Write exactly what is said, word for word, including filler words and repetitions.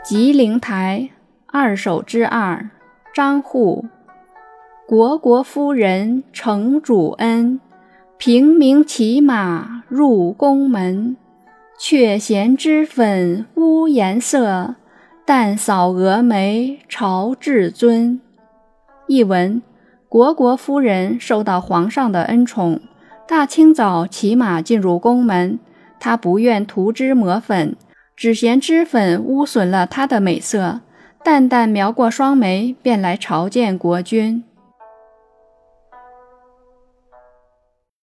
吉林台二首之二，张祜。国国夫人承主恩，平明骑马入宫门。却嫌脂粉污颜色，淡扫蛾眉朝至尊。译文：国国夫人受到皇上的恩宠，大清早骑马进入宫门，她不愿涂脂抹粉，只嫌脂粉污损了她的美色，淡淡描过双眉，便来朝见国君。